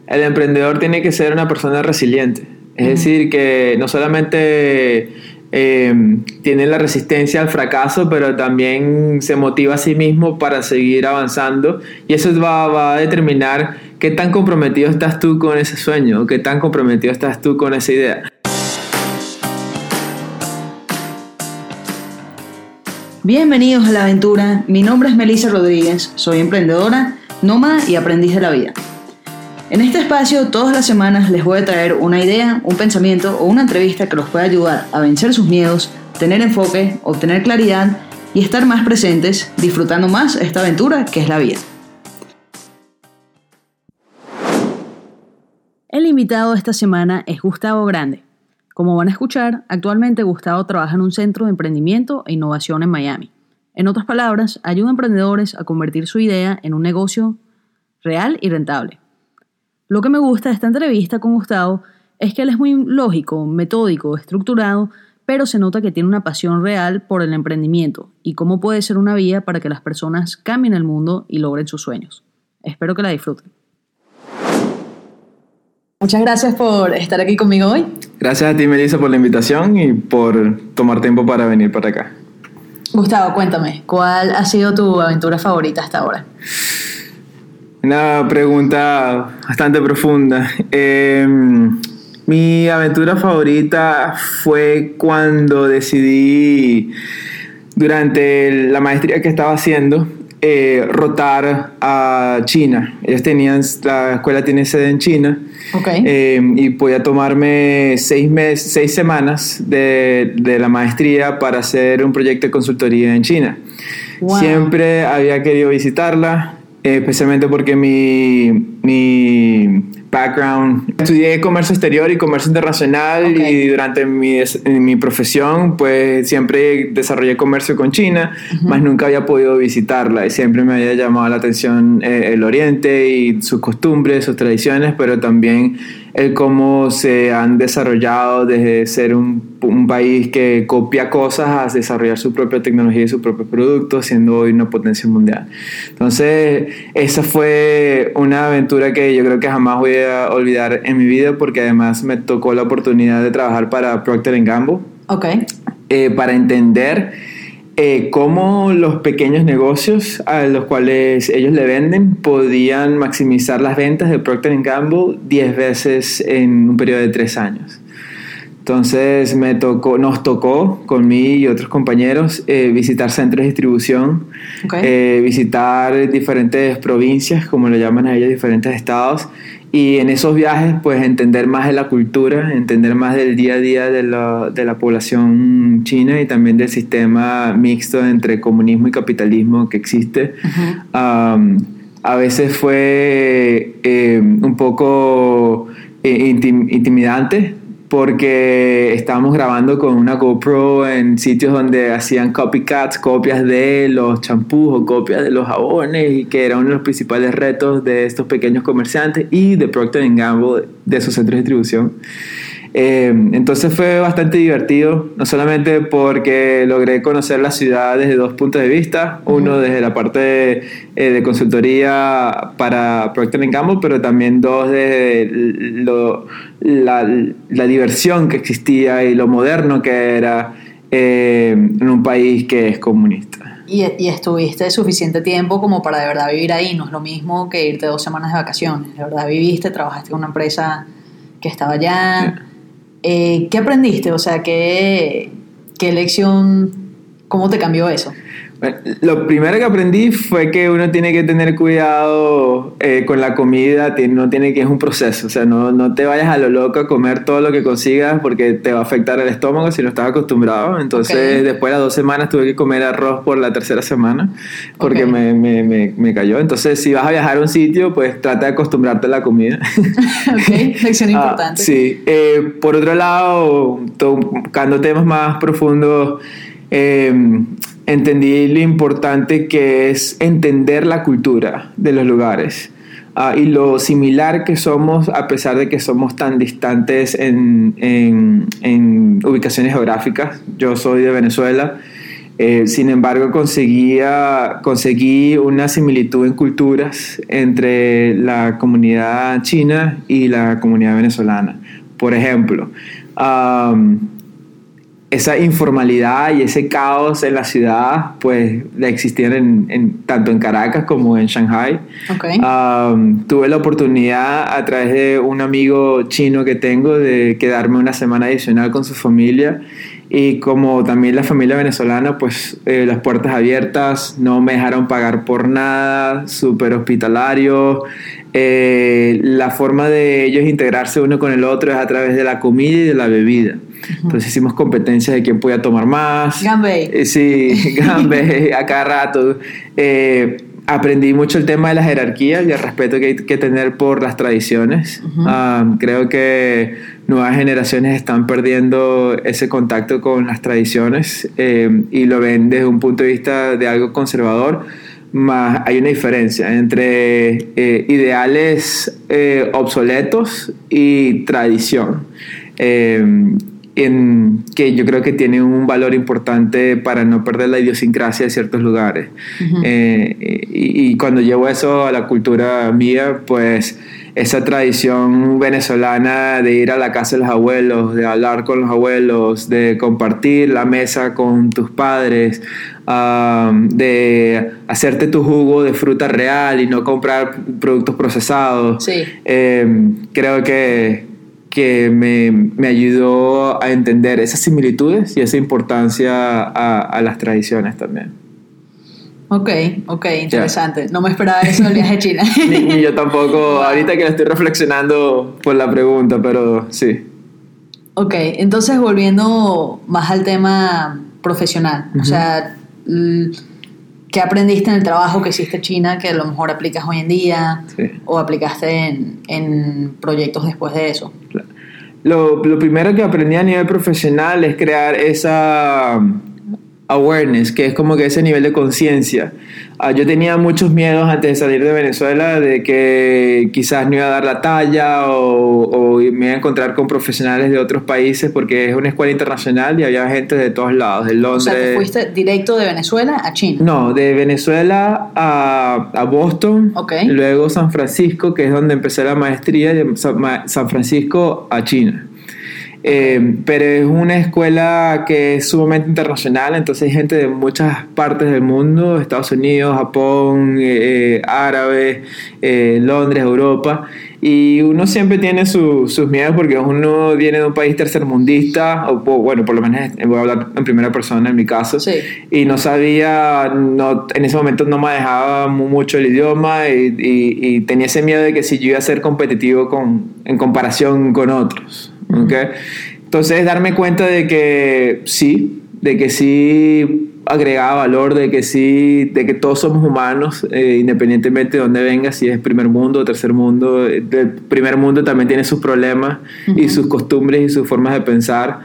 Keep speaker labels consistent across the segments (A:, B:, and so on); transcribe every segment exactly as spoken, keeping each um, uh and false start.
A: el emprendedor tiene que ser una persona resiliente. Es uh-huh. decir, que no solamente eh, tiene la resistencia al fracaso, pero también se motiva a sí mismo para seguir avanzando. Y eso va, va a determinar qué tan comprometido estás tú con ese sueño, qué tan comprometido estás tú con esa idea.
B: Bienvenidos a La Aventura. Mi nombre es Melissa Rodríguez. Soy emprendedora, nómada y aprendiz de la vida. En este espacio, todas las semanas les voy a traer una idea, un pensamiento o una entrevista que los pueda ayudar a vencer sus miedos, tener enfoque, obtener claridad y estar más presentes, disfrutando más esta aventura que es la vida. El invitado de esta semana es Gustavo Grande. Como van a escuchar, actualmente Gustavo trabaja en un centro de emprendimiento e innovación en Miami. En otras palabras, ayuda a emprendedores a convertir su idea en un negocio real y rentable. Lo que me gusta de esta entrevista con Gustavo es que él es muy lógico, metódico, estructurado, pero se nota que tiene una pasión real por el emprendimiento y cómo puede ser una vía para que las personas cambien el mundo y logren sus sueños. Espero que la disfruten. Muchas gracias por estar aquí conmigo hoy.
A: Gracias a ti, Melissa, por la invitación y por tomar tiempo para venir para acá.
B: Gustavo, cuéntame, ¿cuál ha sido tu aventura favorita hasta ahora?
A: Una pregunta bastante profunda. Eh, mi aventura favorita fue cuando decidí, durante la maestría que estaba haciendo, eh, rotar a China. Ellos tenían, la escuela tiene sede en China.
B: Okay.
A: Eh, y podía tomarme seis, meses, seis semanas de, de la maestría para hacer un proyecto de consultoría en China.
B: Wow.
A: Siempre había querido visitarla. Especialmente porque mi, mi background, estudié comercio exterior y comercio internacional. Okay. Y durante mi, mi profesión pues siempre desarrollé comercio con China, uh-huh. más nunca había podido visitarla y siempre me había llamado la atención eh, el Oriente y sus costumbres, sus tradiciones, pero también el cómo se han desarrollado desde ser un, un país que copia cosas a desarrollar su propia tecnología y sus propios productos, siendo hoy una potencia mundial. Entonces, esa fue una aventura que yo creo que jamás voy a olvidar en mi vida, porque además me tocó la oportunidad de trabajar para Procter and Gamble.
B: Okay.
A: Eh, para entender Eh, cómo los pequeños negocios a los cuales ellos le venden podían maximizar las ventas de Procter and Gamble diez veces en un periodo de tres años. Entonces me tocó, nos tocó con mí y otros compañeros eh, visitar centros de distribución, okay. eh, visitar diferentes provincias, como lo llaman a ellos, diferentes estados, y en esos viajes pues entender más de la cultura, entender más del día a día de la, de la población china y también del sistema mixto entre comunismo y capitalismo que existe. Uh-huh. Um, a veces fue eh, un poco eh, intim- intimidante, porque estábamos grabando con una GoPro en sitios donde hacían copycats, copias de los champús o copias de los jabones, y que era uno de los principales retos de estos pequeños comerciantes y de Procter and Gamble, de sus centros de distribución. Eh, entonces fue bastante divertido, no solamente porque logré conocer la ciudad desde dos puntos de vista, uno uh-huh. desde la parte de, eh, de consultoría para Procter and Gamble, pero también dos de lo, la, la diversión que existía y lo moderno que era eh, en un país que es comunista.
B: Y, y estuviste suficiente tiempo como para de verdad vivir ahí, no es lo mismo que irte dos semanas de vacaciones, de verdad viviste, trabajaste en una empresa que estaba allá. Yeah. Eh, ¿Qué aprendiste? O sea, ¿qué, qué lección, cómo te cambió eso?
A: Bueno, lo primero que aprendí fue que uno tiene que tener cuidado eh, con la comida, no tiene que es un proceso, o sea, no, no te vayas a lo loco a comer todo lo que consigas porque te va a afectar el estómago si no estás acostumbrado. Entonces, okay. después de las dos semanas tuve que comer arroz por la tercera semana porque okay. me, me, me, me cayó. Entonces, si vas a viajar a un sitio, pues trata de acostumbrarte a la comida.
B: Ok, lección importante.
A: Ah, sí. Eh, por otro lado, tocando temas más profundos, eh, entendí lo importante que es entender la cultura de los lugares uh, y lo similar que somos a pesar de que somos tan distantes en, en, en ubicaciones geográficas. Yo soy de Venezuela Eh, sin embargo, conseguía, conseguí una similitud en culturas entre la comunidad china y la comunidad venezolana. Por ejemplo, um, esa informalidad y ese caos en la ciudad, pues, existían en, en, tanto en Caracas como en Shanghai.
B: Okay.
A: Um, tuve la oportunidad, a través de un amigo chino que tengo, de quedarme una semana adicional con su familia. Y como también la familia venezolana, pues eh, las puertas abiertas, no me dejaron pagar por nada, súper hospitalario. Eh, la forma de ellos integrarse uno con el otro es a través de la comida y de la bebida. Uh-huh. Entonces hicimos competencias de quién podía tomar más.
B: Gambay.
A: Eh, sí, Gambay a cada rato. Eh, aprendí mucho el tema de la jerarquía y el respeto que hay que tener por las tradiciones. Uh-huh. Um, creo que nuevas generaciones están perdiendo ese contacto con las tradiciones eh, y lo ven desde un punto de vista de algo conservador, más hay una diferencia entre eh, ideales eh, obsoletos y tradición. Eh, En, que yo creo que tiene un valor importante para no perder la idiosincrasia de ciertos lugares. Uh-huh. Eh, y, y cuando llevo eso a la cultura mía, pues esa tradición venezolana de ir a la casa de los abuelos, de hablar con los abuelos, de compartir la mesa con tus padres, um, de hacerte tu jugo de fruta real y no comprar productos procesados.
B: Sí.
A: Eh, creo que que me, me ayudó a entender esas similitudes y esa importancia a, a las tradiciones también.
B: Ok, ok, interesante. Yeah. No me esperaba eso del viaje a China.
A: ni, ni yo tampoco, wow. Ahorita que lo estoy reflexionando por la pregunta, pero sí.
B: Ok, entonces volviendo más al tema profesional, uh-huh. O sea, ¿qué aprendiste en el trabajo que hiciste en China que a lo mejor aplicas hoy en día? Sí. ¿O aplicaste en, en proyectos después de eso?
A: Claro. Lo, lo primero que aprendí a nivel profesional es crear esa awareness, que es como que ese nivel de conciencia. Uh, yo tenía muchos miedos antes de salir de Venezuela de que quizás no iba a dar la talla o, o me iba a encontrar con profesionales de otros países porque es una escuela internacional y había gente de todos lados, de Londres.
B: O sea, ¿te fuiste directo de Venezuela a China?
A: No, de Venezuela a, a Boston,
B: okay.
A: Luego San Francisco, que es donde empecé la maestría, y de San Francisco a China. Eh, pero es una escuela que es sumamente internacional, entonces hay gente de muchas partes del mundo, Estados Unidos, Japón, eh, árabes, eh, Londres, Europa, y uno siempre tiene su, sus miedos porque uno viene de un país tercermundista, o bueno, por lo menos voy a hablar en primera persona en mi caso,
B: sí.
A: Y no sabía, no, en ese momento no manejaba mucho el idioma y, y, y tenía ese miedo de que si yo iba a ser competitivo con, en comparación con otros. Okay. Entonces darme cuenta de que sí, de que sí agregaba valor, de que sí, de que todos somos humanos, eh, independientemente de dónde venga, si es primer mundo o tercer mundo. El primer mundo también tiene sus problemas, uh-huh. Y sus costumbres y sus formas de pensar.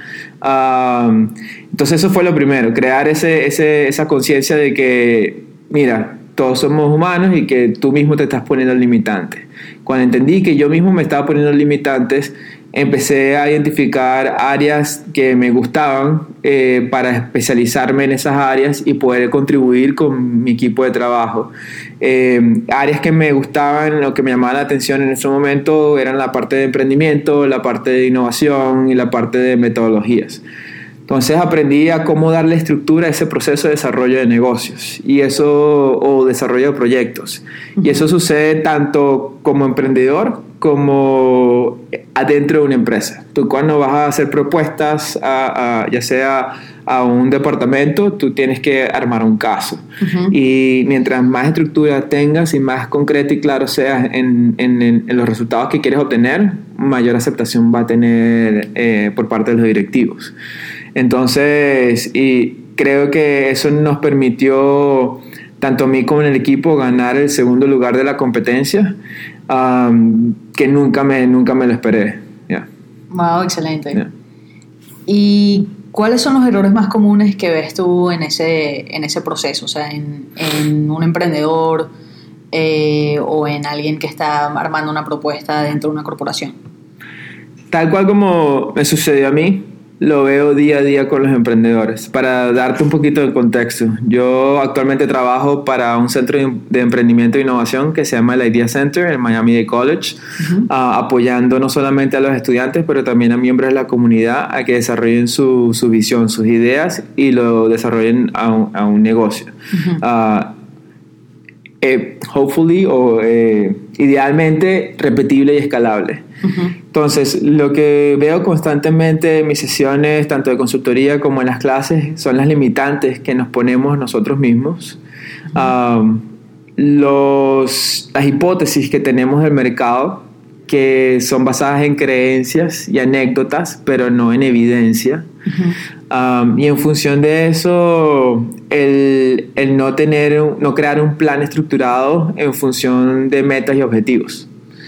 A: Um, entonces eso fue lo primero, crear ese, ese, esa conciencia de que, mira, todos somos humanos y que tú mismo te estás poniendo limitantes. Cuando entendí que yo mismo me estaba poniendo limitantes, empecé a identificar áreas que me gustaban eh, para especializarme en esas áreas y poder contribuir con mi equipo de trabajo. Eh, áreas que me gustaban o que me llamaban la atención en ese momento eran la parte de emprendimiento, la parte de innovación y la parte de metodologías. Entonces aprendí a cómo darle estructura a ese proceso de desarrollo de negocios y eso, o desarrollo de proyectos. Uh-huh. Y eso sucede tanto como emprendedor como adentro de una empresa. Tú cuando vas a hacer propuestas, a, a, ya sea a un departamento, tú tienes que armar un caso. Uh-huh. Y mientras más estructura tengas y más concreto y claro seas en, en, en los resultados que quieres obtener, mayor aceptación va a tener eh, por parte de los directivos. Entonces, y creo que eso nos permitió, tanto a mí como en el equipo, ganar el segundo lugar de la competencia, um, que nunca me, nunca me lo esperé. Yeah.
B: Wow, excelente. Yeah. ¿Y cuáles son los errores más comunes que ves tú en ese, en ese proceso? O sea, en, en un emprendedor eh, o en alguien que está armando una propuesta dentro de una corporación.
A: Tal cual como me sucedió a mí, lo veo día a día con los emprendedores. Para darte un poquito de contexto, yo actualmente trabajo para un centro de emprendimiento e innovación que se llama el Idea Center en Miami-Dade College, uh-huh. uh, apoyando no solamente a los estudiantes, pero también a miembros de la comunidad a que desarrollen su, su visión, sus ideas y lo desarrollen a un, a un negocio. Uh-huh. Uh, eh, hopefully o eh, idealmente repetible y escalable. Uh-huh. Entonces, lo que veo constantemente en mis sesiones, tanto de consultoría como en las clases, son las limitantes que nos ponemos nosotros mismos. Uh-huh. Um, los, las hipótesis que tenemos del mercado, que son basadas en creencias y anécdotas, pero no en evidencia. Uh-huh. Um, y en función de eso, el, el no tener, no crear un plan estructurado en función de metas y objetivos.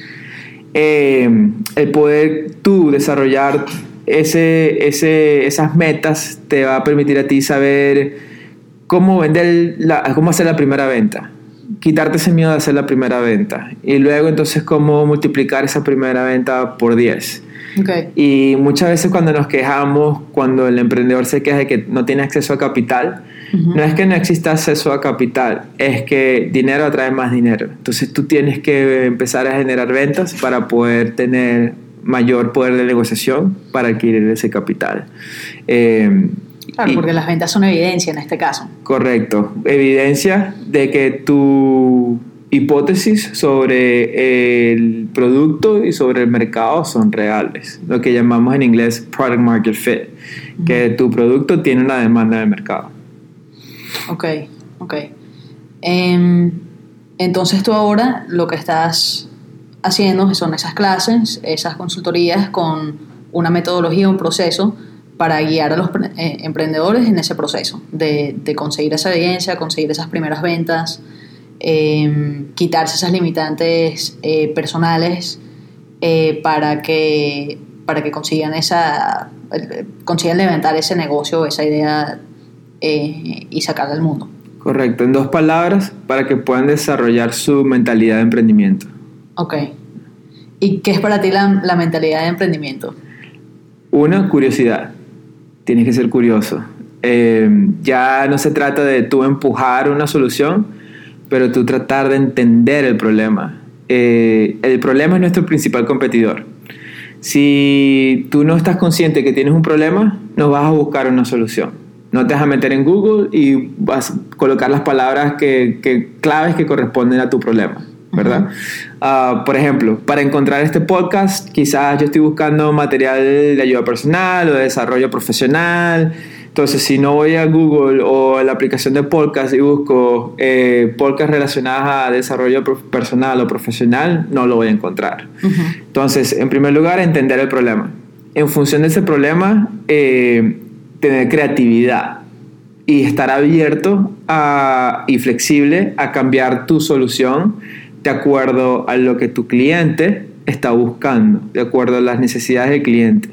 A: Eh, el poder tú desarrollar ese, ese, esas metas te va a permitir a ti saber cómo vender la, cómo hacer la primera venta, quitarte ese miedo de hacer la primera venta y luego entonces cómo multiplicar esa primera venta por diez. Okay. Y muchas veces cuando nos quejamos, cuando el emprendedor se queja de que no tiene acceso a capital, uh-huh. no es que no exista acceso a capital, es que dinero atrae más dinero. Entonces tú tienes que empezar a generar ventas para poder tener mayor poder de negociación para adquirir ese capital. Eh,
B: claro, y, porque las ventas son evidencia en este caso.
A: Correcto, evidencia de que tu hipótesis sobre el producto y sobre el mercado son reales, lo que llamamos en inglés product market fit, uh-huh. que tu producto tiene una demanda de mercado.
B: Ok, ok. Eh, entonces tú ahora lo que estás haciendo son esas clases, esas consultorías con una metodología, un proceso para guiar a los eh, emprendedores en ese proceso de, de conseguir esa evidencia, conseguir esas primeras ventas, eh, quitarse esas limitantes eh, personales eh, para que para que consigan esa eh, consigan levantar ese negocio, esa idea eh, y sacarla al mundo.
A: Correcto, en dos palabras, para que puedan desarrollar su mentalidad de emprendimiento.
B: Ok. ¿Y qué es para ti la, la mentalidad de emprendimiento?
A: Una, curiosidad. Tienes que ser curioso. Eh, ya no se trata de tú empujar una solución, pero tú tratar de entender el problema. Eh, el problema es nuestro principal competidor. Si tú no estás consciente que tienes un problema, no vas a buscar una solución. No te vas a meter en Google y vas a colocar las palabras que, que, claves que corresponden a tu problema, ¿verdad? Uh-huh. Uh, por ejemplo, para encontrar este podcast, quizás yo estoy buscando material de ayuda personal o de desarrollo profesional. Entonces, si no voy a Google o a la aplicación de podcast y busco eh, podcasts relacionados a desarrollo personal o profesional, no lo voy a encontrar. Uh-huh. Entonces, en primer lugar, entender el problema. En función de ese problema, eh, tener creatividad y estar abierto a, y flexible a cambiar tu solución de acuerdo a lo que tu cliente está buscando, de acuerdo a las necesidades del cliente.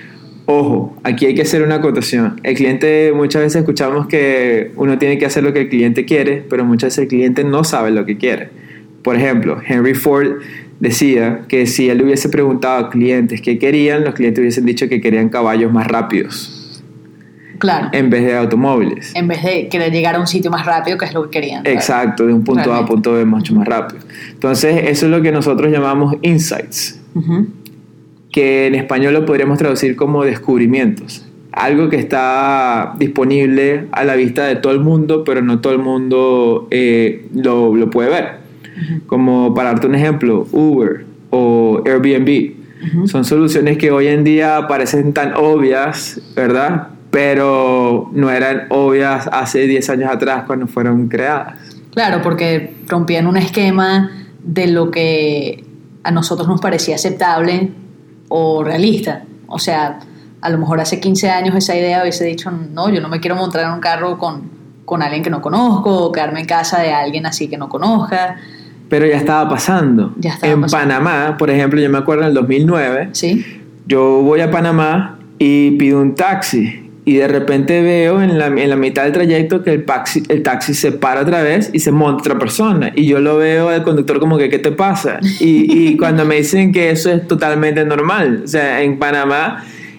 A: Ojo, aquí hay que hacer una acotación. El cliente, muchas veces escuchamos que uno tiene que hacer lo que el cliente quiere, pero muchas veces el cliente no sabe lo que quiere. Por ejemplo, Henry Ford decía que si él hubiese preguntado a clientes qué querían, los clientes hubiesen dicho que querían caballos más rápidos.
B: Claro.
A: En vez de automóviles.
B: En vez de querer llegar a un sitio más rápido, que es lo que querían.
A: Exacto, de un punto Realmente. A a punto B mucho más rápido. Entonces, eso es lo que nosotros llamamos insights. Uh-huh. Que en español lo podríamos traducir como descubrimientos. Algo que está disponible a la vista de todo el mundo, pero no todo el mundo eh, lo, lo puede ver. Uh-huh. Como para darte un ejemplo, Uber o Airbnb. Uh-huh. Son soluciones que hoy en día parecen tan obvias, ¿verdad? Pero no eran obvias hace diez años atrás cuando fueron creadas.
B: Claro, porque rompían un esquema de lo que a nosotros nos parecía aceptable o realista. O sea, a lo mejor hace quince años esa idea hubiese dicho, no, yo no me quiero montar en un carro con, con alguien que no conozco, o quedarme en casa de alguien así que no conozca.
A: Pero ya estaba pasando.
B: Ya estaba
A: en
B: pasando.
A: Panamá, por ejemplo, yo me acuerdo en el dos mil nueve,
B: ¿sí?
A: Yo voy a Panamá y pido un taxi. Y de repente veo en la, en la mitad del trayecto que el taxi, el taxi se para otra vez y se monta otra persona. Y yo lo veo al conductor como que, ¿qué te pasa? Y, y cuando me dicen que eso es totalmente normal. O sea, en Panamá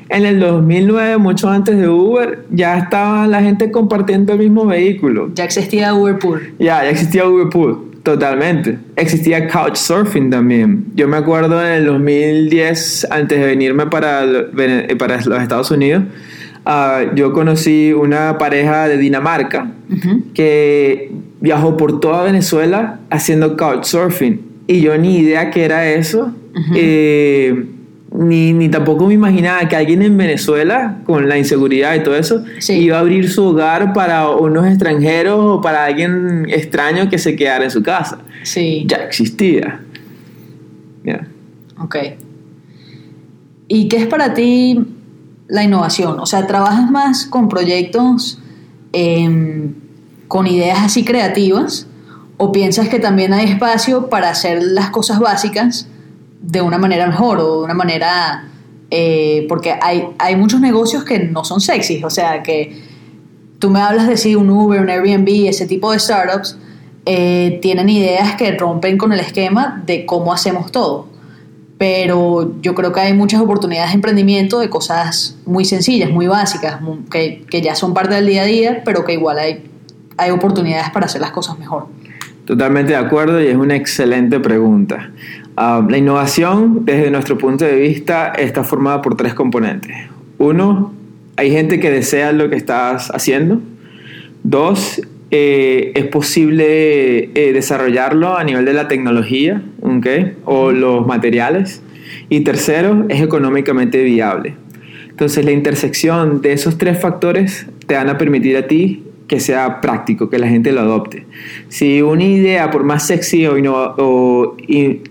A: en el dos mil nueve, mucho antes de Uber, ya estaba la gente compartiendo el mismo vehículo.
B: Ya existía Uber Pool.
A: Ya, ya existía Uber Pool, totalmente. Existía Couchsurfing también. Yo me acuerdo en el dos mil diez, antes de venirme para, para los Estados Unidos, uh, yo conocí una pareja de Dinamarca uh-huh. que viajó por toda Venezuela haciendo Couchsurfing. Y yo ni idea qué era eso. Uh-huh. Eh, Ni, ni tampoco me imaginaba que alguien en Venezuela, con la inseguridad y todo eso, sí. iba a abrir su hogar para unos extranjeros o para alguien extraño que se quedara en su casa.
B: Sí.
A: Ya existía. Yeah.
B: Ok. ¿Y qué es para ti la innovación? O sea, ¿trabajas más con proyectos eh, con ideas así creativas? ¿O piensas que también hay espacio para hacer las cosas básicas de una manera mejor o de una manera... Eh, porque hay, hay muchos negocios que no son sexys, o sea, que tú me hablas de sí, un Uber, un Airbnb, ese tipo de startups, eh, tienen ideas que rompen con el esquema de cómo hacemos todo. Pero yo creo que hay muchas oportunidades de emprendimiento de cosas muy sencillas, muy básicas, muy, que, que ya son parte del día a día, pero que igual hay, hay oportunidades para hacer las cosas mejor.
A: Totalmente de acuerdo y es una excelente pregunta. Uh, la innovación, desde nuestro punto de vista, está formada por tres componentes. Uno, hay gente que desea lo que estás haciendo. Dos, eh, es posible eh, desarrollarlo a nivel de la tecnología, ¿okay? O los materiales. Y tercero, es económicamente viable. Entonces, la intersección de esos tres factores te van a permitir a ti que sea práctico, que la gente lo adopte. Si una idea, por más sexy o, innova, o in,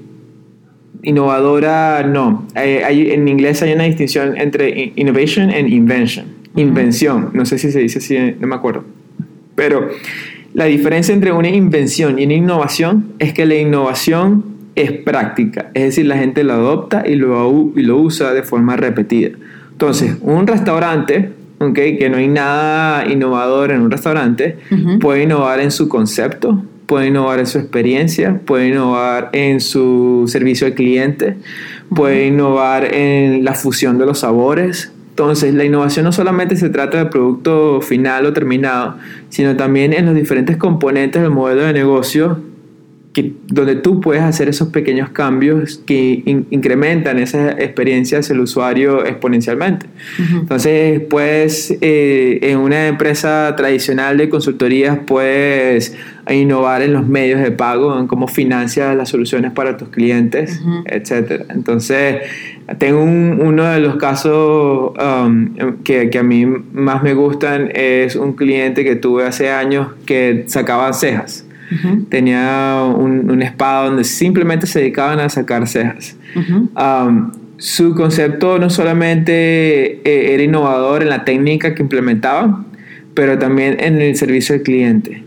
A: innovadora, no. Hay, hay, en inglés hay una distinción entre innovation and invention. Uh-huh. Invención, no sé si se dice así, no me acuerdo. Pero la diferencia entre una invención y una innovación es que la innovación es práctica, es decir, la gente lo adopta y lo, y lo usa de forma repetida. Entonces, un restaurante, okay, que no hay nada innovador en un restaurante, uh-huh. puede innovar en su concepto, puede innovar en su experiencia, puede innovar en su servicio al cliente, uh-huh. puede innovar en la fusión de los sabores. Entonces, la innovación no solamente se trata del producto final o terminado, sino también en los diferentes componentes del modelo de negocio, que, donde tú puedes hacer esos pequeños cambios que in, incrementan esa experiencia hacia el usuario exponencialmente. Uh-huh. Entonces, puedes, eh, en una empresa tradicional de consultorías, puedes innovar en los medios de pago, en cómo financias las soluciones para tus clientes, uh-huh. etcétera. Entonces, tengo un, uno de los casos um, que, que a mí más me gustan, es un cliente que tuve hace años que sacaba cejas. Uh-huh. Tenía un, un spa donde simplemente se dedicaban a sacar cejas. Uh-huh. Um, su concepto no solamente eh, era innovador en la técnica que implementaban, pero también en el servicio al cliente.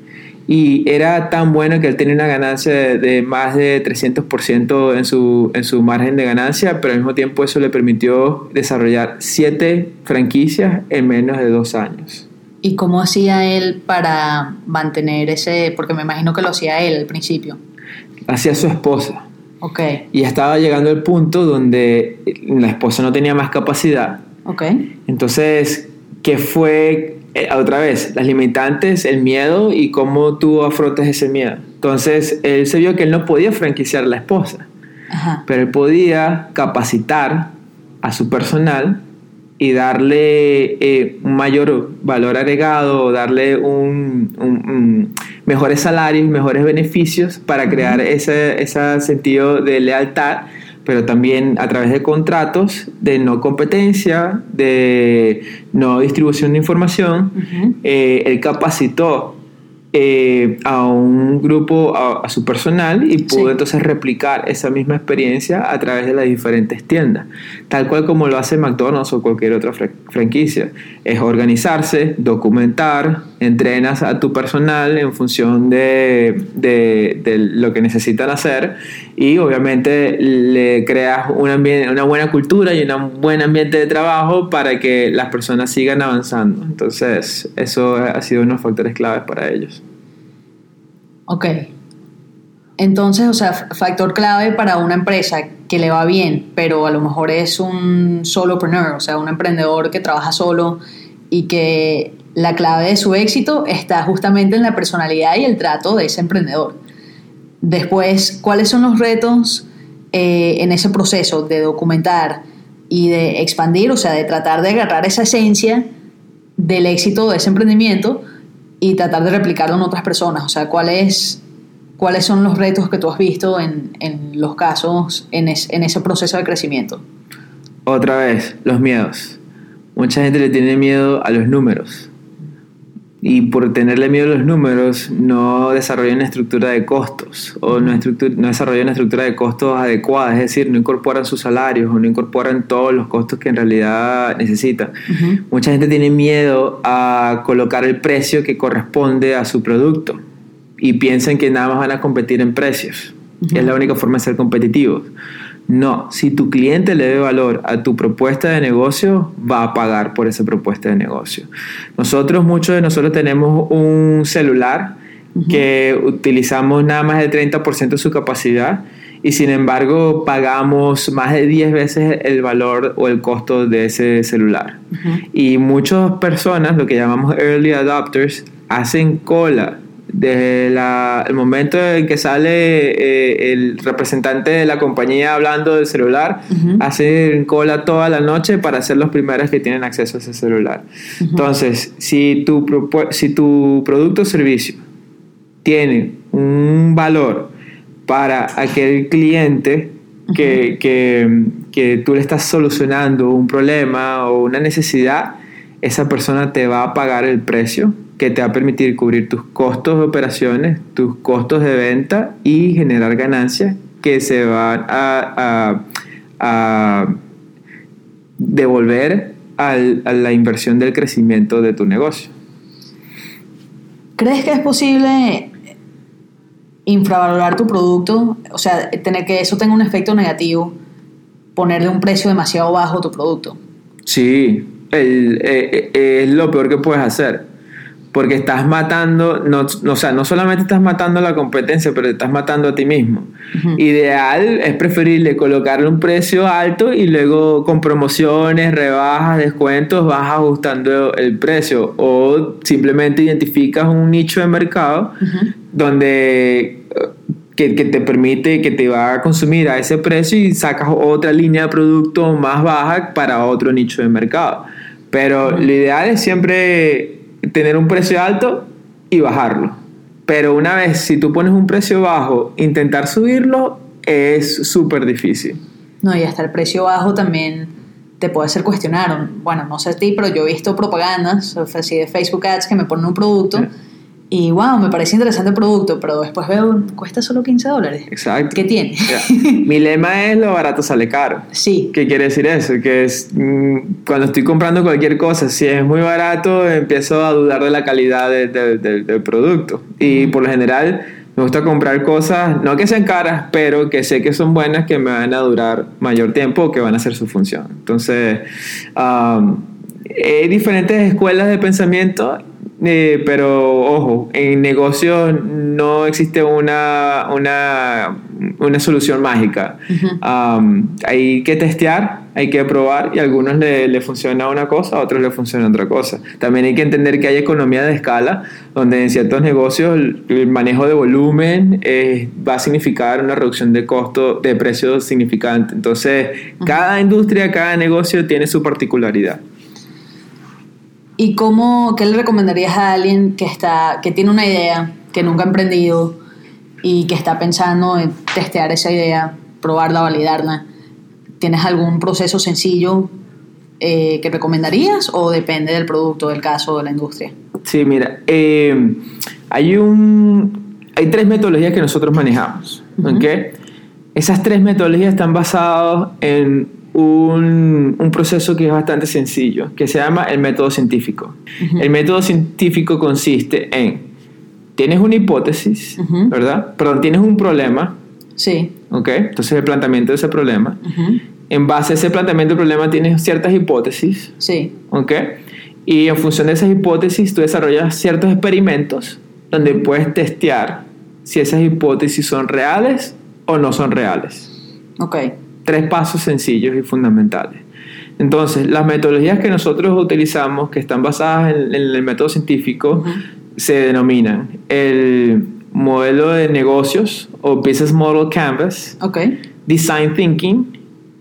A: Y era tan bueno que él tenía una ganancia de, de más de trescientos por ciento en su, en su margen de ganancia, pero al mismo tiempo eso le permitió desarrollar siete franquicias en menos de dos años.
B: ¿Y cómo hacía él para mantener ese...? Porque me imagino que lo hacía él al principio.
A: Hacía su esposa.
B: Ok.
A: Y estaba llegando al punto donde la esposa no tenía más capacidad.
B: Ok.
A: Entonces, ¿qué fue? Eh, otra vez, las limitantes, el miedo y cómo tú afrontas ese miedo. Entonces, él se vio que él no podía franquiciar a la esposa. Ajá. Pero él podía capacitar a su personal y darle eh, un mayor valor agregado, darle un, un, un mejores salarios, mejores beneficios para crear uh-huh. ese, ese sentido de lealtad, pero también a través de contratos de no competencia, de no distribución de información. Uh-huh. Eh, él capacitó Eh, a un grupo, a, a su personal, y pudo sí. entonces replicar esa misma experiencia a través de las diferentes tiendas, tal cual como lo hace McDonald's o cualquier otra fr- franquicia. Es organizarse, documentar, entrenas a tu personal en función de, de, de lo que necesitan hacer, y obviamente le creas un ambiente, una buena cultura y un buen ambiente de trabajo para que las personas sigan avanzando. Entonces eso ha sido unos factores claves para ellos.
B: Ok. Entonces, o sea, factor clave para una empresa que le va bien, pero a lo mejor es un solopreneur, o sea, un emprendedor que trabaja solo y que la clave de su éxito está justamente en la personalidad y el trato de ese emprendedor. Después, ¿cuáles son los retos eh, en ese proceso de documentar y de expandir, o sea, de tratar de agarrar esa esencia del éxito de ese emprendimiento y tratar de replicarlo en otras personas? O sea, ¿cuál es... ¿Cuáles son los retos que tú has visto en, en los casos, en, es, en ese proceso de crecimiento?
A: Otra vez, los miedos. Mucha gente le tiene miedo a los números. Y por tenerle miedo a los números, no desarrolla una estructura de costos o no, no desarrolla una estructura de costos adecuada. Es decir, no incorporan sus salarios o no incorporan todos los costos que en realidad necesitan. Uh-huh. Mucha gente tiene miedo a colocar el precio que corresponde a su producto. Y piensan que nada más van a competir en precios. Uh-huh. Es la única forma de ser competitivos. No, si tu cliente le dé valor a tu propuesta de negocio, va a pagar por esa propuesta de negocio. Nosotros, muchos de nosotros tenemos un celular uh-huh. que utilizamos nada más del treinta por ciento de su capacidad y sin embargo pagamos más de diez veces el valor o el costo de ese celular. Uh-huh. Y muchas personas, lo que llamamos early adopters, hacen cola desde la, el momento en que sale eh, el representante de la compañía hablando del celular, uh-huh. hacen cola toda la noche para ser los primeros que tienen acceso a ese celular. Uh-huh. Entonces, si tu, si tu producto o servicio tiene un valor para aquel cliente uh-huh. que, que, que tú le estás solucionando un problema o una necesidad, esa persona te va a pagar el precio que te va a permitir cubrir tus costos de operaciones, tus costos de venta y generar ganancias que se van a, a, a devolver al, a la inversión del crecimiento de tu negocio.
B: ¿Crees que es posible infravalorar tu producto? O sea, tener que eso tenga un efecto negativo, ponerle un precio demasiado bajo a tu producto.
A: Sí, el, eh, eh, es lo peor que puedes hacer. Porque estás matando, no, no, o sea, no solamente estás matando a la competencia, pero te estás matando a ti mismo. Uh-huh. Ideal es preferible colocarle un precio alto y luego con promociones, rebajas, descuentos vas ajustando el precio. O simplemente identificas un nicho de mercado uh-huh. donde que, que te permite, que te va a consumir a ese precio y sacas otra línea de producto más baja para otro nicho de mercado. Pero uh-huh. lo ideal es siempre tener un precio alto y bajarlo. Pero una vez, si tú pones un precio bajo, intentar subirlo es súper difícil.
B: No, y hasta el precio bajo también te puede hacer cuestionar. Bueno, no sé a ti, pero yo he visto propagandas así de Facebook Ads que me ponen un producto sí. y wow, me parece interesante el producto, pero después veo, cuesta solo quince dólares.
A: Exacto.
B: ¿Qué tiene?
A: Yeah. Mi lema es lo barato sale caro.
B: Sí.
A: ¿Qué quiere decir eso? Que es mmm, cuando estoy comprando cualquier cosa, si es muy barato, empiezo a dudar de la calidad de, de, de, del producto. Y por lo general me gusta comprar cosas, no que sean caras, pero que sé que son buenas, que me van a durar mayor tiempo o que van a hacer su función. Entonces, um, hay diferentes escuelas de pensamiento. Eh, pero ojo, en negocios no existe una, una, una solución mágica. Uh-huh. Um, hay que testear, hay que probar y a algunos le, le funciona una cosa, a otros le funciona otra cosa. También hay que entender que hay economía de escala, donde en ciertos negocios el, el manejo de volumen eh, va a significar una reducción de costo, de precios significante. Entonces, uh-huh. cada industria, cada negocio tiene su particularidad.
B: ¿Y cómo, qué le recomendarías a alguien que, está, que tiene una idea, que nunca ha emprendido y que está pensando en testear esa idea, probarla, validarla? ¿Tienes algún proceso sencillo eh, que recomendarías o depende del producto, del caso, de la industria? Sí,
A: mira, eh, hay, un, hay tres metodologías que nosotros manejamos. Uh-huh. ¿Okay? Esas tres metodologías están basadas en Un, un proceso que es bastante sencillo, que se llama el método científico. Uh-huh. El método científico consiste en, tienes una hipótesis, uh-huh. ¿verdad? Perdón, tienes un problema.
B: Sí.
A: ¿Ok? Entonces el planteamiento de ese problema.
B: Uh-huh.
A: En base a ese planteamiento del problema tienes ciertas hipótesis.
B: Sí.
A: ¿Ok? Y en función de esas hipótesis tú desarrollas ciertos experimentos donde puedes testear si esas hipótesis son reales o no son reales.
B: Ok.
A: Tres pasos sencillos y fundamentales. Entonces, las metodologías que nosotros utilizamos, que están basadas en, en el método científico, uh-huh. se denominan el modelo de negocios o Business Model Canvas,
B: okay.
A: Design Thinking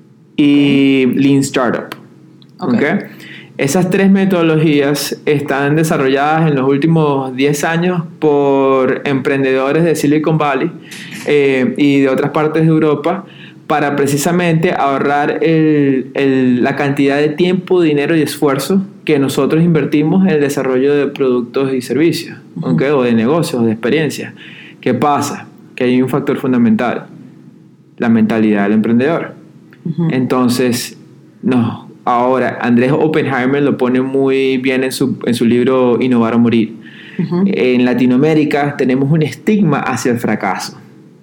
A: y okay. Lean Startup.
B: Okay.
A: Okay. Esas tres metodologías están desarrolladas en los últimos diez años por emprendedores de Silicon Valley eh, y de otras partes de Europa, para precisamente ahorrar el, el, la cantidad de tiempo, dinero y esfuerzo que nosotros invertimos en el desarrollo de productos y servicios, uh-huh. ¿okay? O de negocios, o de experiencias. ¿Qué pasa? Que hay un factor fundamental, la mentalidad del emprendedor. Uh-huh. Entonces, no, ahora Andrés Oppenheimer lo pone muy bien en su, en su libro Innovar o Morir. Uh-huh. En Latinoamérica tenemos un estigma hacia el fracaso.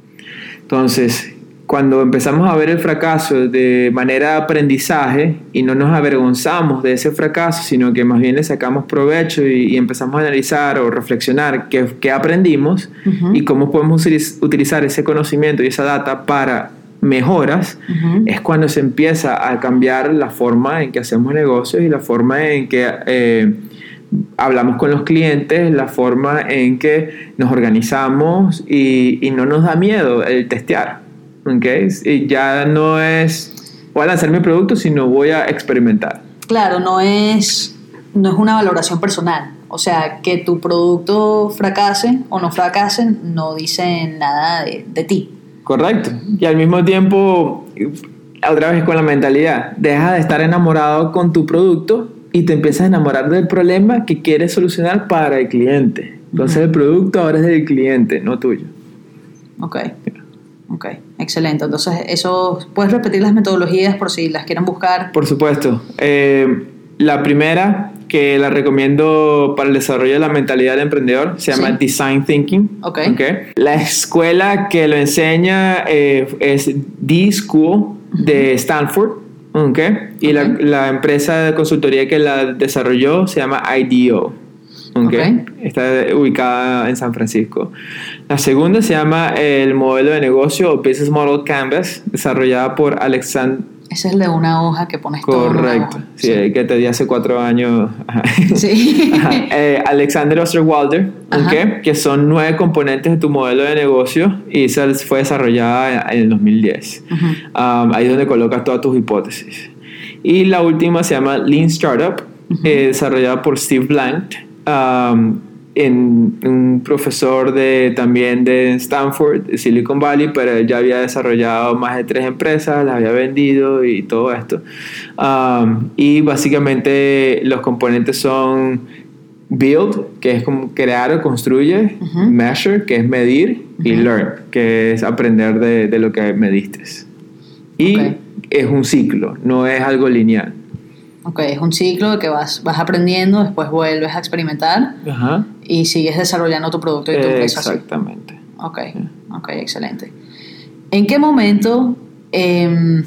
A: Entonces, cuando empezamos a ver el fracaso de manera de aprendizaje y no nos avergonzamos de ese fracaso, sino que más bien le sacamos provecho y, y empezamos a analizar o reflexionar qué, qué aprendimos uh-huh. y cómo podemos utilizar ese conocimiento y esa data para mejoras, uh-huh. es cuando se empieza a cambiar la forma en que hacemos negocios y la forma en que eh, hablamos con los clientes, la forma en que nos organizamos y, y no nos da miedo el testear. Okay. Y ya no es voy a lanzar mi producto, sino voy a experimentar.
B: Claro, no es, no es una valoración personal. O sea, que tu producto fracase o no fracase no dice nada de, de ti.
A: Correcto. Y al mismo tiempo, otra vez con la mentalidad, deja de estar enamorado con tu producto y te empiezas a enamorar del problema que quieres solucionar para el cliente. Entonces uh-huh. el producto ahora es del cliente, no tuyo.
B: Ok. Ok, excelente. Entonces, eso, ¿puedes repetir las metodologías por si las quieren buscar?
A: Por supuesto. Eh, la primera, que la recomiendo para el desarrollo de la mentalidad del emprendedor, se llama sí. Design Thinking.
B: Okay.
A: Okay. La escuela que lo enseña eh, es D-School uh-huh. de Stanford. Okay. Y okay. La, la empresa de consultoría que la desarrolló se llama I D O. Okay. Okay. Está ubicada en San Francisco. La segunda se llama el modelo de negocio o Business Model Canvas, desarrollada por Alexander.
B: Ese es el de una hoja que pones todo.
A: Correcto. Sí, sí, que te di hace cuatro años.
B: Sí.
A: eh, Alexander Osterwalder, okay, que son nueve componentes de tu modelo de negocio y esa fue desarrollada en el dos mil diez. Uh-huh. Um, ahí es donde colocas todas tus hipótesis. Y la última se llama Lean Startup, uh-huh. eh, desarrollada por Steve Blank. Um, en un profesor de, también de Stanford, de Silicon Valley, pero él ya había desarrollado más de tres empresas, las había vendido y todo esto. Um, y básicamente los componentes son build, que es como crear o construye, uh-huh. measure, que es medir, uh-huh. y learn, que es aprender de, de lo que mediste. Y okay. es un ciclo, no es algo lineal.
B: Ok, es un ciclo de que vas, vas aprendiendo, después vuelves a experimentar
A: Ajá.
B: y sigues desarrollando tu producto y tu empresa.
A: Exactamente.
B: Así. Ok, ok, excelente. ¿En qué momento eh,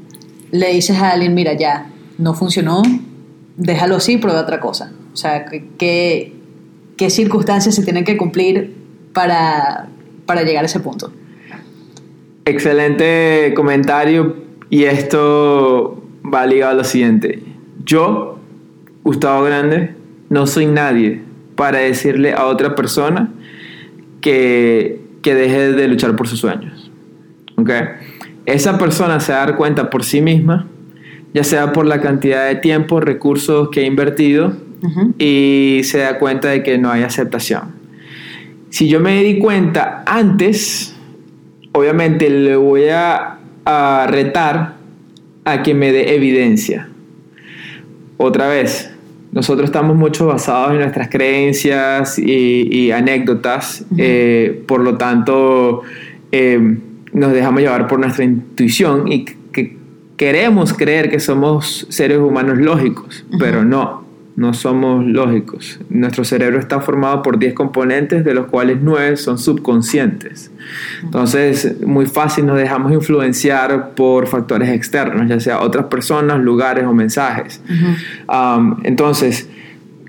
B: le dices a alguien, mira, ya, no funcionó, déjalo así, prueba otra cosa? O sea, ¿qué, qué circunstancias se tienen que cumplir para, para llegar a ese punto?
A: Excelente comentario, y esto va ligado a lo siguiente. Yo, Gustavo Grande, no soy nadie para decirle a otra persona que, que deje de luchar por sus sueños. ¿Okay? Esa persona se va a dar cuenta por sí misma, ya sea por la cantidad de tiempo, recursos que ha invertido, uh-huh. y se da cuenta de que no hay aceptación. Si yo me di cuenta antes, obviamente le voy a, a retar a que me dé evidencia. Otra vez, nosotros estamos mucho basados en nuestras creencias y, y anécdotas, uh-huh. eh, por lo tanto eh, nos dejamos llevar por nuestra intuición y que queremos creer que somos seres humanos lógicos, uh-huh. pero no, no somos lógicos. Nuestro cerebro está formado por diez componentes, de los cuales nueve son subconscientes. Entonces, muy fácil nos dejamos influenciar por factores externos, ya sea otras personas, lugares o mensajes. Uh-huh. Um, entonces,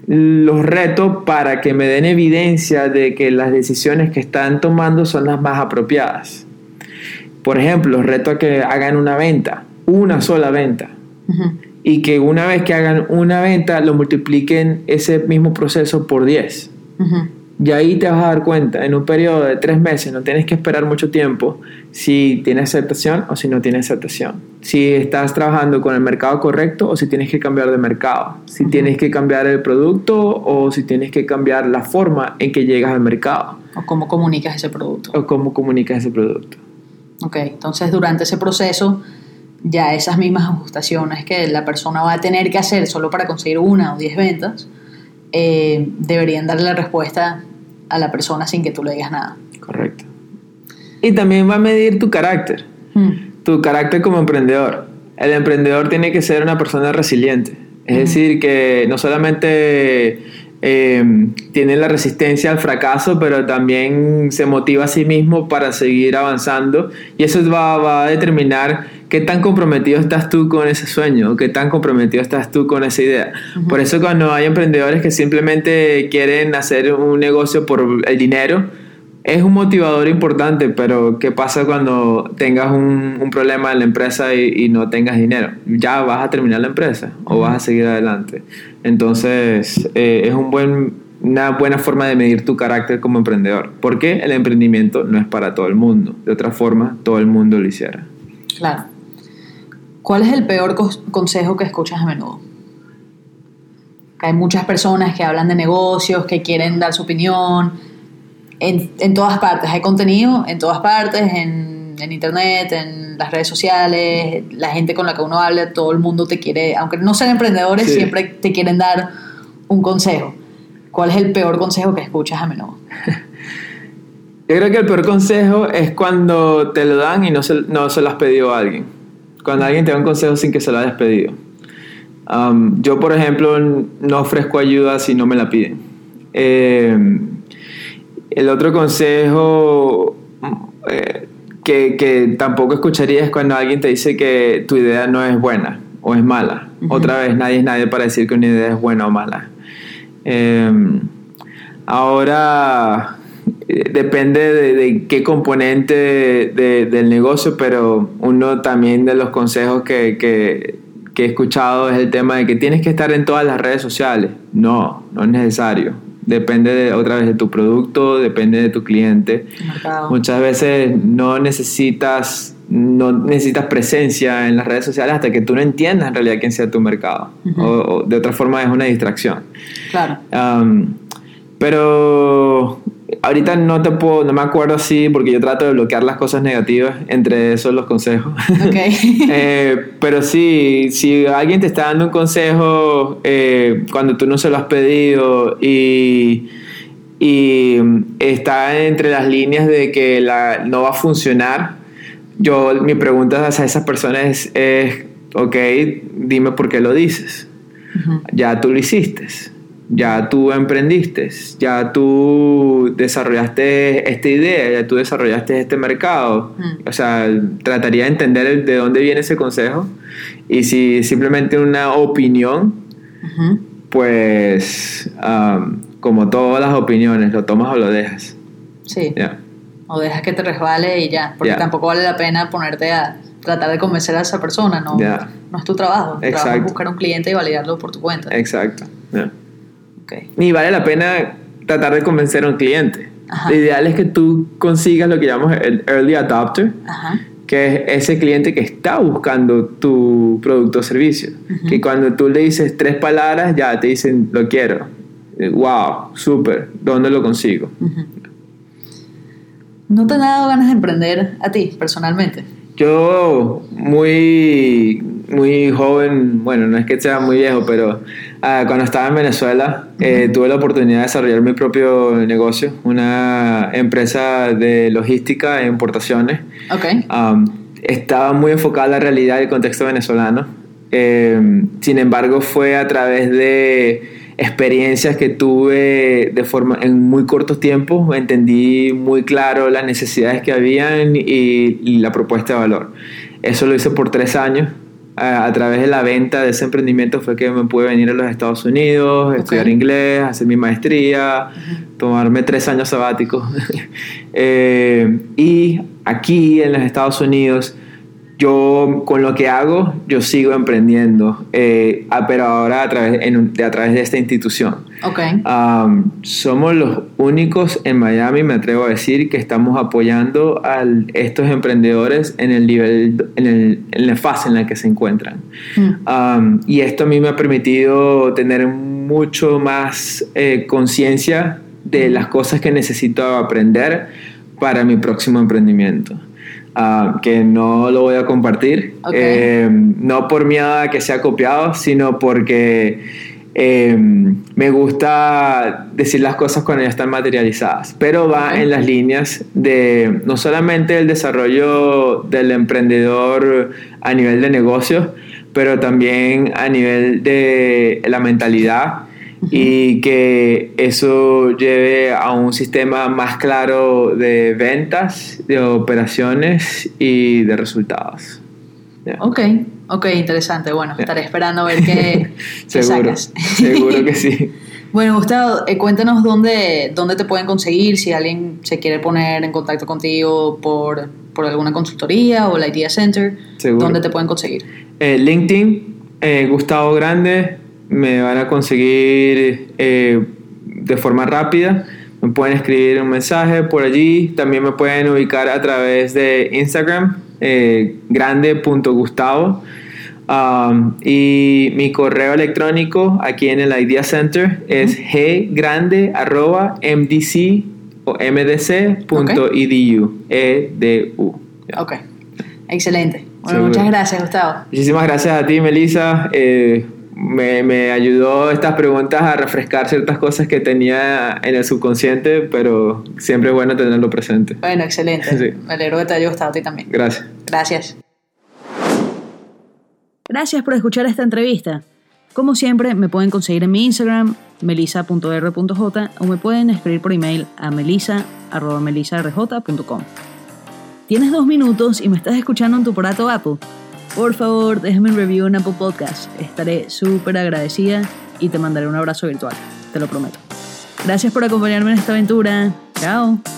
A: los reto para que me den evidencia de que las decisiones que están tomando son las más apropiadas. Por ejemplo, los reto a que hagan una venta, una sola venta. Uh-huh. Y que una vez que hagan una venta, lo multipliquen ese mismo proceso por diez. Uh-huh. Y ahí te vas a dar cuenta, en un periodo de tres meses, no tienes que esperar mucho tiempo, si tienes aceptación o si no tienes aceptación. Si estás trabajando con el mercado correcto o si tienes que cambiar de mercado. Si uh-huh. tienes que cambiar el producto o si tienes que cambiar la forma en que llegas al mercado.
B: O cómo comunicas ese producto.
A: O cómo comunicas ese producto.
B: Ok, entonces durante ese proceso, ya esas mismas ajustaciones que la persona va a tener que hacer solo para conseguir una o diez ventas, eh, deberían darle la respuesta a la persona sin que tú le digas nada.
A: Correcto. Y también va a medir tu carácter, hmm. tu carácter como emprendedor. El emprendedor tiene que ser una persona resiliente, es hmm. decir, que no solamente eh, tiene la resistencia al fracaso, pero también se motiva a sí mismo para seguir avanzando, y eso va, va a determinar qué tan comprometido estás tú con ese sueño, qué tan comprometido estás tú con esa idea. Uh-huh. Por eso cuando hay emprendedores que simplemente quieren hacer un negocio por el dinero, es un motivador importante, pero ¿qué pasa cuando tengas un, un problema en la empresa y, y no tengas dinero? Ya vas a terminar la empresa o vas a seguir adelante. Entonces eh, es un buen, una buena forma de medir tu carácter como emprendedor, porque el emprendimiento no es para todo el mundo. De otra forma, todo el mundo lo hiciera.
B: Claro. ¿Cuál es el peor co- consejo que escuchas a menudo? Hay muchas personas que hablan de negocios, que quieren dar su opinión. En, en todas partes, hay contenido en todas partes, en, en internet, en las redes sociales, la gente con la que uno habla, todo el mundo te quiere, aunque no sean emprendedores, sí. siempre te quieren dar un consejo. ¿Cuál es el peor consejo que escuchas a menudo?
A: Yo creo que el peor consejo es cuando te lo dan y no se, no se lo has pedido a alguien. Cuando alguien te da un consejo sin que se lo hayas pedido. Um, yo, por ejemplo, no ofrezco ayuda si no me la piden. Eh, el otro consejo eh, que, que tampoco escucharía es cuando alguien te dice que tu idea no es buena o es mala. Uh-huh. Otra vez, nadie es nadie para decir que una idea es buena o mala. Eh, ahora... Depende de, de qué componente de, de, del negocio, pero uno también de los consejos que, que, que he escuchado es el tema de que tienes que estar en todas las redes sociales. No, no es necesario. Depende de, otra vez de tu producto, depende de tu cliente. Mercado. Muchas veces no necesitas, no necesitas presencia en las redes sociales hasta que tú no entiendas en realidad quién sea tu mercado. Uh-huh. O, o de otra forma es una distracción.
B: Claro.
A: Um, pero... Ahorita no te puedo, no me acuerdo así porque yo trato de bloquear las cosas negativas, entre esos los consejos.
B: Okay.
A: eh, pero sí, si alguien te está dando un consejo eh, cuando tú no se lo has pedido y, y está entre las líneas de que la, no va a funcionar, yo mi pregunta hacia esas personas es, es ok, dime por qué lo dices. Uh-huh. Ya tú lo hiciste. Ya tú emprendiste, ya tú desarrollaste esta idea, ya tú desarrollaste este mercado. Mm. O sea, trataría de entender de dónde viene ese consejo. Y si simplemente una opinión, uh-huh. pues, um, como todas las opiniones, lo tomas o lo dejas.
B: Sí.
A: Yeah.
B: O dejas que te resbale y ya. Porque yeah. tampoco vale la pena ponerte a tratar de convencer a esa persona. No, yeah. no es tu trabajo. Tu
A: Exacto.
B: trabajo es buscar un cliente y validarlo por tu cuenta.
A: Exacto. Yeah.
B: Okay.
A: Ni vale la pena tratar de convencer a un cliente. Ajá. Lo ideal es que tú consigas lo que llamamos el early adopter, Ajá. que es ese cliente que está buscando tu producto o servicio. Uh-huh. Que cuando tú le dices tres palabras, ya te dicen, lo quiero. Wow, súper. ¿Dónde lo consigo?
B: Uh-huh. ¿No te han dado ganas de emprender a ti, personalmente?
A: Yo, muy, muy joven, bueno, no es que sea muy viejo, pero uh, cuando estaba en Venezuela, uh-huh. eh, tuve la oportunidad de desarrollar mi propio negocio, una empresa de logística e importaciones.
B: Okay.
A: Um, estaba muy enfocada en la realidad del contexto venezolano. Eh, sin embargo, fue a través de experiencias que tuve de forma en muy corto tiempo, entendí muy claro las necesidades que habían y, y la propuesta de valor. Eso lo hice por tres años a, a través de la venta de ese emprendimiento fue que me pude venir a los Estados Unidos, okay. estudiar inglés, hacer mi maestría, uh-huh. tomarme tres años sabáticos. eh, y aquí en los Estados Unidos, yo con lo que hago, yo sigo emprendiendo, eh, pero ahora a través, en, de, a través de esta institución.
B: Okay.
A: Um, somos los únicos en Miami, me atrevo a decir, que estamos apoyando a estos emprendedores en el nivel, en, el, en la fase en la que se encuentran. Mm. Um, y esto a mí me ha permitido tener mucho más eh, conciencia de las cosas que necesito aprender para mi próximo emprendimiento. Uh, que no lo voy a compartir, okay. eh, no por miedo a que sea copiado, sino porque eh, me gusta decir las cosas cuando ya están materializadas, pero va okay. en las líneas de no solamente el desarrollo del emprendedor a nivel de negocios, pero también a nivel de la mentalidad, uh-huh. y que eso lleve a un sistema más claro de ventas, de operaciones y de resultados. Yeah.
B: Ok, ok, interesante. Bueno, yeah. estaré esperando a ver qué, qué
A: seguro,
B: sacas.
A: Seguro que sí.
B: Bueno, Gustavo, eh, cuéntanos dónde, dónde te pueden conseguir, si alguien se quiere poner en contacto contigo por, por alguna consultoría o la Idea Center. Seguro. ¿Dónde te pueden conseguir?
A: Eh, LinkedIn, eh, Gustavo Grande. Me van a conseguir eh, de forma rápida. Me pueden escribir un mensaje por allí. También me pueden ubicar a través de Instagram, eh, grande punto gustavo. Um, y mi correo electrónico aquí en el Idea Center es uh-huh. ggrande arroba mdc o mdc punto edu. E D U.
B: Ok, excelente. Bueno, seguro. Muchas gracias, Gustavo.
A: Muchísimas gracias a ti, Melissa. Eh, Me, me ayudó estas preguntas a refrescar ciertas cosas que tenía en el subconsciente, pero siempre es bueno tenerlo presente.
B: Bueno, excelente. Sí. Me alegro que te haya gustado a ti también.
A: Gracias.
B: Gracias. Gracias por escuchar esta entrevista. Como siempre, me pueden conseguir en mi Instagram, melissa punto r punto j, o me pueden escribir por email a melissa arroba melissa r j punto com. ¿Tienes dos minutos y me estás escuchando en tu aparato Apple? Por favor, déjame un review en Apple Podcast. Estaré súper agradecida y te mandaré un abrazo virtual. Te lo prometo. Gracias por acompañarme en esta aventura. Chao.